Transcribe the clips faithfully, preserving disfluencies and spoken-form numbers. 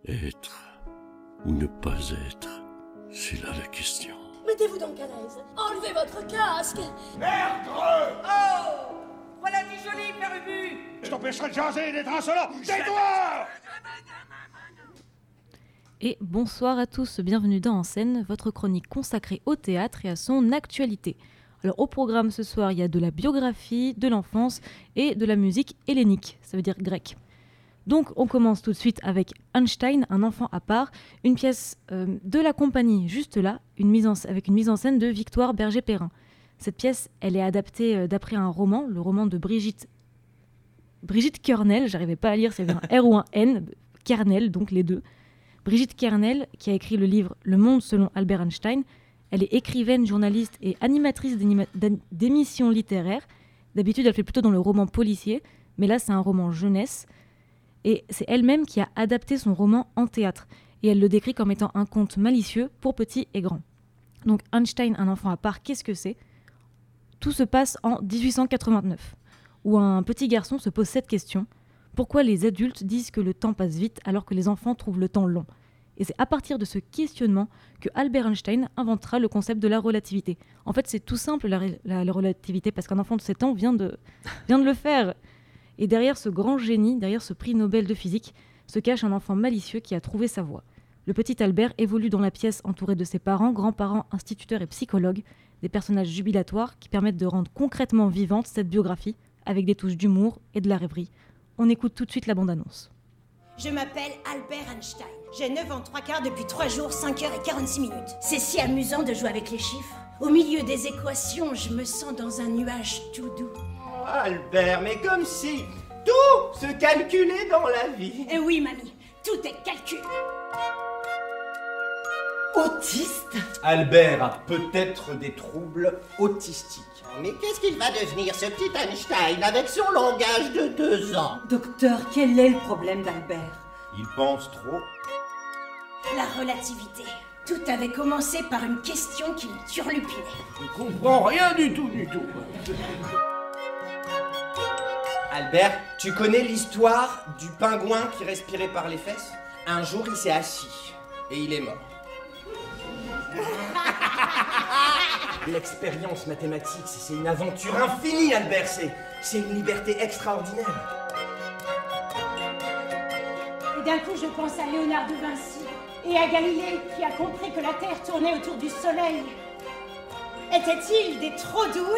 Être ou ne pas être, c'est là la question. Mettez-vous donc à l'aise. Enlevez votre casque. Merde! Oh! Voilà du joli, Père Ubu! Je t'empêcherai de jaser et d'être insolent! Tais-toi! Et bonsoir à tous, bienvenue dans En Scène, votre chronique consacrée au théâtre et à son actualité. Alors au programme ce soir, il y a de la biographie, de l'enfance et de la musique hellénique, ça veut dire grec. Donc on commence tout de suite avec Einstein, un enfant à part, une pièce euh, de la compagnie Juste là, une mise en, avec une mise en scène de Victoire Berger-Perrin. Cette pièce, elle est adaptée euh, d'après un roman, le roman de Brigitte, Brigitte Kernel, j'arrivais pas à lire s'il y avait un R ou un N, Kernel, donc les deux. Brigitte Kernel, qui a écrit le livre Le Monde selon Albert Einstein, elle est écrivaine, journaliste et animatrice d'émissions littéraires. D'habitude, elle fait plutôt dans le roman policier, mais là, c'est un roman jeunesse. Et c'est elle-même qui a adapté son roman en théâtre. Et elle le décrit comme étant un conte malicieux pour petits et grands. Donc Einstein, un enfant à part, qu'est-ce que c'est ? Tout se passe en dix-huit cent quatre-vingt-neuf, où un petit garçon se pose cette question. Pourquoi les adultes disent que le temps passe vite alors que les enfants trouvent le temps long ? Et c'est à partir de ce questionnement que Albert Einstein inventera le concept de la relativité. En fait, c'est tout simple, la, la, la relativité, parce qu'un enfant de sept ans vient de, vient de le faire. Et derrière ce grand génie, derrière ce prix Nobel de physique, se cache un enfant malicieux qui a trouvé sa voie. Le petit Albert évolue dans la pièce entouré de ses parents, grands-parents, instituteurs et psychologues, des personnages jubilatoires qui permettent de rendre concrètement vivante cette biographie, avec des touches d'humour et de la rêverie. On écoute tout de suite la bande-annonce. Je m'appelle Albert Einstein. J'ai neuf ans, trois quarts depuis trois jours, cinq heures et quarante-six minutes. C'est si amusant de jouer avec les chiffres. Au milieu des équations, je me sens dans un nuage tout doux. Oh, Albert, mais comme si tout se calculait dans la vie. Eh oui, mamie, tout est calcul. Autiste ? Albert a peut-être des troubles autistiques. Mais qu'est-ce qu'il va devenir, ce petit Einstein, avec son langage de deux ans ? Docteur, quel est le problème d'Albert ? Il pense trop. La relativité. Tout avait commencé par une question qui me turlupinait. Je comprends rien du tout, du tout. Albert, tu connais l'histoire du pingouin qui respirait par les fesses ? Un jour, il s'est assis et il est mort. L'expérience mathématique, c'est une aventure infinie, Albert. C'est, c'est une liberté extraordinaire. Et d'un coup, je pense à Léonard de Vinci et à Galilée qui a compris que la Terre tournait autour du Soleil. Étaient-ils des trop doués ?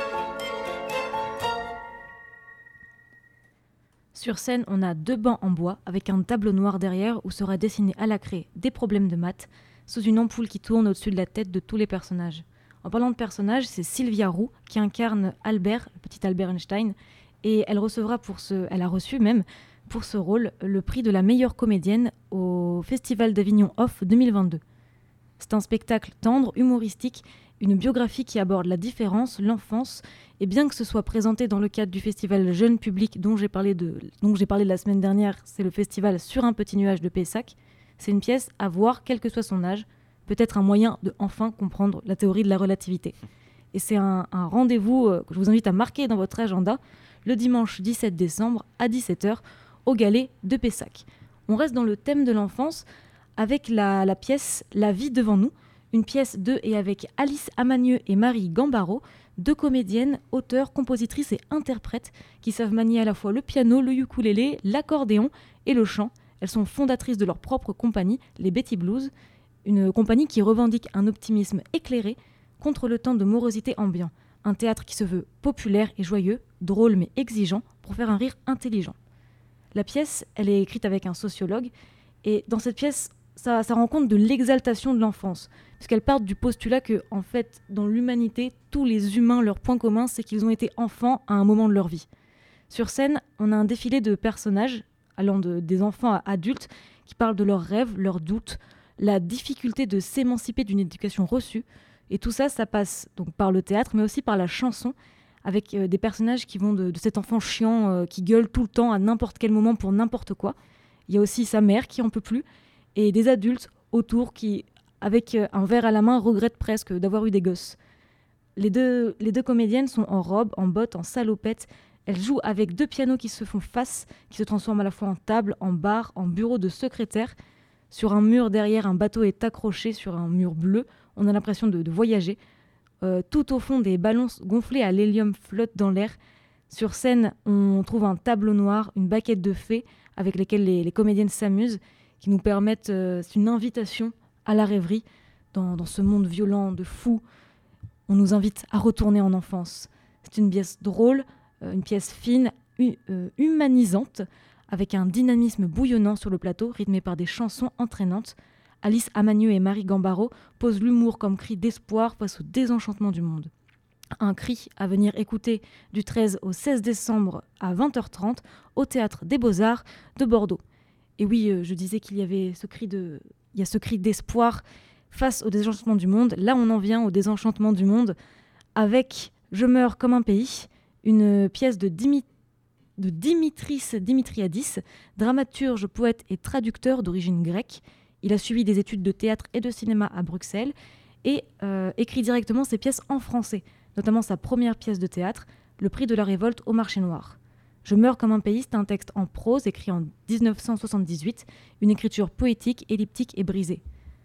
Sur scène, on a deux bancs en bois avec un tableau noir derrière où sera dessiné à la craie des problèmes de maths sous une ampoule qui tourne au-dessus de la tête de tous les personnages. En parlant de personnages, c'est Sylvia Roux qui incarne Albert, le petit Albert Einstein, et elle recevra pour ce, elle a reçu même pour ce rôle le prix de la meilleure comédienne au Festival d'Avignon Off deux mille vingt-deux. C'est un spectacle tendre, humoristique, une biographie qui aborde la différence, l'enfance, et bien que ce soit présenté dans le cadre du festival Jeune Public dont j'ai parlé de, dont j'ai parlé la semaine dernière, c'est le festival Sur un petit nuage de Pessac, c'est une pièce à voir quel que soit son âge, peut-être un moyen de enfin comprendre la théorie de la relativité. Et c'est un, un rendez-vous euh, que je vous invite à marquer dans votre agenda, le dimanche dix-sept décembre à dix-sept heures au Galet de Pessac. On reste dans le thème de l'enfance avec la, la pièce La vie devant nous, une pièce de et avec Alice Amagneux et Marie Gambaro, deux comédiennes, auteurs, compositrices et interprètes qui savent manier à la fois le piano, le ukulélé, l'accordéon et le chant. Elles sont fondatrices de leur propre compagnie, les Betty Blues, une compagnie qui revendique un optimisme éclairé contre le temps de morosité ambiant. Un théâtre qui se veut populaire et joyeux, drôle mais exigeant, pour faire un rire intelligent. La pièce, elle est écrite avec un sociologue, et dans cette pièce, ça, ça rend compte de l'exaltation de l'enfance, puisqu'elle part du postulat que, en fait, dans l'humanité, tous les humains, leur point commun, c'est qu'ils ont été enfants à un moment de leur vie. Sur scène, on a un défilé de personnages, allant de, des enfants à adultes, qui parlent de leurs rêves, leurs doutes, la difficulté de s'émanciper d'une éducation reçue. Et tout ça, ça passe donc par le théâtre, mais aussi par la chanson, avec euh, des personnages qui vont de, de cet enfant chiant euh, qui gueule tout le temps à n'importe quel moment pour n'importe quoi. Il y a aussi sa mère qui en peut plus, et des adultes autour qui, avec euh, un verre à la main, regrettent presque d'avoir eu des gosses. Les deux, les deux comédiennes sont en robe, en bottes, en salopette, Elle joue avec deux pianos qui se font face, qui se transforment à la fois en table, en bar, en bureau de secrétaire. Sur un mur derrière, un bateau est accroché sur un mur bleu. On a l'impression de, de voyager. Euh, tout au fond, des ballons gonflés à l'hélium flottent dans l'air. Sur scène, on trouve un tableau noir, une baquette de fées avec lesquelles les, les comédiennes s'amusent, qui nous permettent, euh, c'est une invitation à la rêverie. Dans, dans ce monde violent de fous, on nous invite à retourner en enfance. C'est une pièce drôle, euh, une pièce fine, hu- euh, humanisante, avec un dynamisme bouillonnant sur le plateau, rythmé par des chansons entraînantes. Alice Amanieu et Marie Gambaro posent l'humour comme cri d'espoir face au désenchantement du monde. Un cri à venir écouter du treize au seize décembre à vingt heures trente au Théâtre des Beaux-Arts de Bordeaux. Et oui, euh, je disais qu'il y avait ce cri de, il y a ce cri d'espoir face au désenchantement du monde. Là, on en vient au désenchantement du monde avec Je meurs comme un pays, une pièce de, Dimi- de Dimitris Dimitriadis, dramaturge, poète et traducteur d'origine grecque. Il a suivi des études de théâtre et de cinéma à Bruxelles et euh, écrit directement ses pièces en français, notamment sa première pièce de théâtre, Le prix de la révolte au marché noir. Je meurs comme un pays, c'est un texte en prose écrit en dix-neuf cent soixante-dix-huit, une écriture poétique, elliptique et brisée.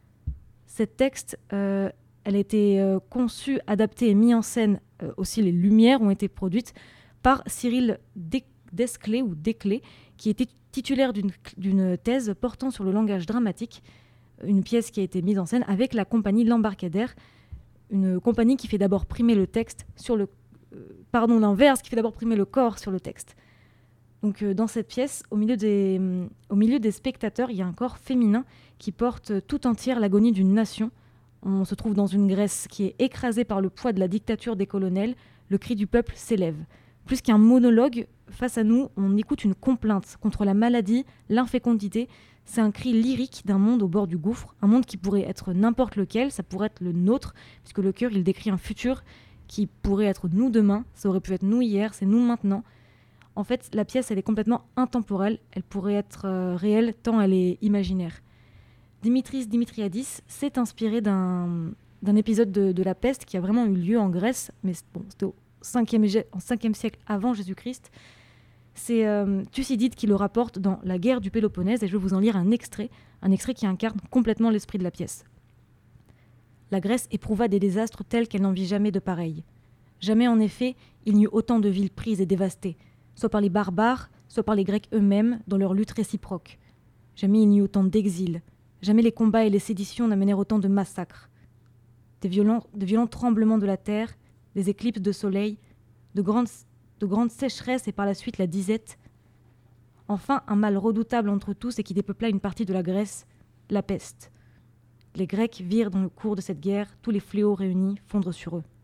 Cet texte, euh, elle a été euh, conçue, adaptée et mise en scène, euh, aussi les lumières ont été produites par Cyril Des- Desclés ou Desclés, qui était titulaire d'une, d'une thèse portant sur le langage dramatique, une pièce qui a été mise en scène avec la compagnie L'Embarcadère, une compagnie qui fait d'abord primer le texte sur le... Euh, pardon, l'inverse, qui fait d'abord primer le corps sur le texte. Donc euh, dans cette pièce, au milieu, des, euh, au milieu des spectateurs, il y a un corps féminin qui porte euh, tout entière l'agonie d'une nation. On se trouve dans une Grèce qui est écrasée par le poids de la dictature des colonels. Le cri du peuple s'élève. Plus qu'un monologue, face à nous, on écoute une complainte contre la maladie, l'infécondité. C'est un cri lyrique d'un monde au bord du gouffre, un monde qui pourrait être n'importe lequel, ça pourrait être le nôtre, puisque le cœur, il décrit un futur qui pourrait être nous demain, ça aurait pu être nous hier, c'est nous maintenant. En fait, la pièce, elle est complètement intemporelle, elle pourrait être euh, réelle tant elle est imaginaire. Dimitris Dimitriadis s'est inspiré d'un, d'un épisode de, de la peste qui a vraiment eu lieu en Grèce, mais bon, c'était au cinquième, en cinquième siècle avant Jésus-Christ. C'est euh, Thucydide qui le rapporte dans La guerre du Péloponnèse, et je vais vous en lire un extrait, un extrait qui incarne complètement l'esprit de la pièce. La Grèce éprouva des désastres tels qu'elle n'en vit jamais de pareils. Jamais, en effet, il n'y eut autant de villes prises et dévastées, soit par les barbares, soit par les Grecs eux-mêmes, dans leur lutte réciproque. Jamais il n'y eut autant d'exils. Jamais les combats et les séditions n'amenèrent autant de massacres. Des violents, de violents tremblements de la terre, des éclipses de soleil, de grandes, de grandes sécheresses et par la suite la disette. Enfin, un mal redoutable entre tous et qui dépeupla une partie de la Grèce, la peste. Les Grecs virent dans le cours de cette guerre tous les fléaux réunis fondre sur eux.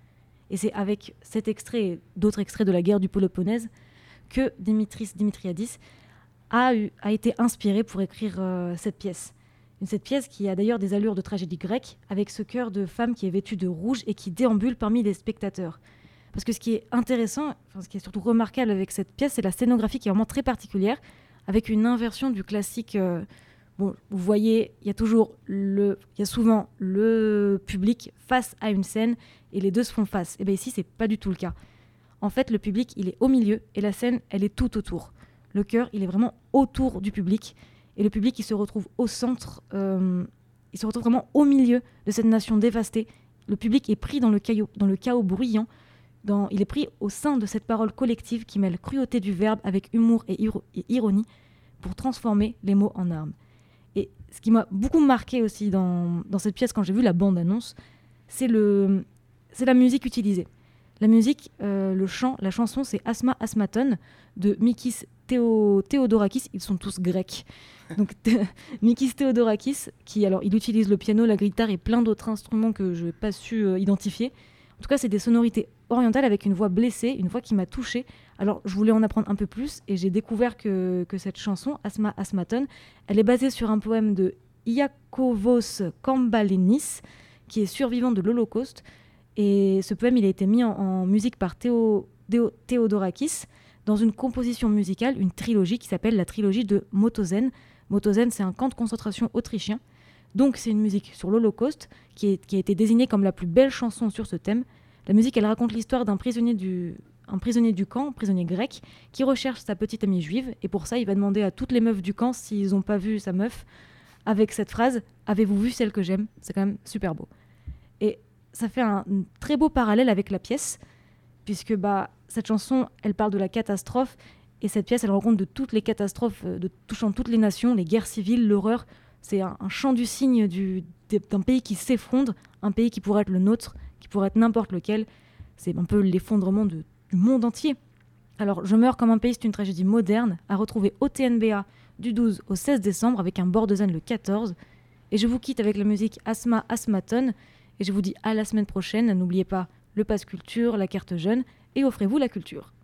Et c'est avec cet extrait et d'autres extraits de la guerre du Péloponnèse que Dimitris Dimitriadis a, eu, a été inspiré pour écrire euh, cette pièce. Cette pièce qui a d'ailleurs des allures de tragédie grecque, avec ce chœur de femme qui est vêtu de rouge et qui déambule parmi les spectateurs. Parce que ce qui est intéressant, enfin, ce qui est surtout remarquable avec cette pièce, c'est la scénographie qui est vraiment très particulière, avec une inversion du classique. Euh, bon, vous voyez, il y a toujours le, il y a souvent le public face à une scène et les deux se font face. Et bien ici, c'est pas du tout le cas. En fait, le public, il est au milieu et la scène, elle est tout autour. Le chœur, il est vraiment autour du public. Et le public, il se retrouve au centre, euh, il se retrouve vraiment au milieu de cette nation dévastée. Le public est pris dans le, caillou, dans le chaos bruyant, dans, il est pris au sein de cette parole collective qui mêle cruauté du verbe avec humour et, iro- et ironie pour transformer les mots en armes. Et ce qui m'a beaucoup marqué aussi dans, dans cette pièce, quand j'ai vu la bande-annonce, c'est, le, c'est la musique utilisée. La musique, euh, le chant, la chanson, c'est Asma Asmaton de Mikis Théo, Théodorakis. Ils sont tous grecs. Donc Mikis Théodorakis, qui alors il utilise le piano, la guitare et plein d'autres instruments que je n'ai pas su euh, identifier. En tout cas, c'est des sonorités orientales avec une voix blessée, une voix qui m'a touchée. Alors, je voulais en apprendre un peu plus et j'ai découvert que, que cette chanson, Asma Asmaton, elle est basée sur un poème de Iakovos Kambalenis, qui est survivant de l'Holocauste. Et ce poème, il a été mis en, en musique par Théo, Théo, Théodorakis dans une composition musicale, une trilogie qui s'appelle la trilogie de Mauthausen. Mauthausen, c'est un camp de concentration autrichien. Donc, c'est une musique sur l'Holocauste qui, est, qui a été désignée comme la plus belle chanson sur ce thème. La musique, elle raconte l'histoire d'un prisonnier, du, un prisonnier du camp, un prisonnier grec, qui recherche sa petite amie juive, et pour ça, il va demander à toutes les meufs du camp s'ils n'ont pas vu sa meuf, avec cette phrase « Avez-vous vu celle que j'aime ?» C'est quand même super beau. Et ça fait un, un très beau parallèle avec la pièce, puisque bah, cette chanson, elle parle de la catastrophe, et cette pièce, elle rend compte de toutes les catastrophes de, touchant toutes les nations, les guerres civiles, l'horreur. C'est un, un chant du cygne du, d'un pays qui s'effondre, un pays qui pourrait être le nôtre, qui pourrait être n'importe lequel. C'est un peu l'effondrement de, du monde entier. Alors, Je meurs comme un pays, c'est une tragédie moderne, à retrouver au T N B A du douze au seize décembre, avec un bord de zen le quatorze. Et je vous quitte avec la musique Asma Asmaton, et je vous dis à la semaine prochaine. N'oubliez pas le pass culture, la carte jeune, et offrez-vous la culture.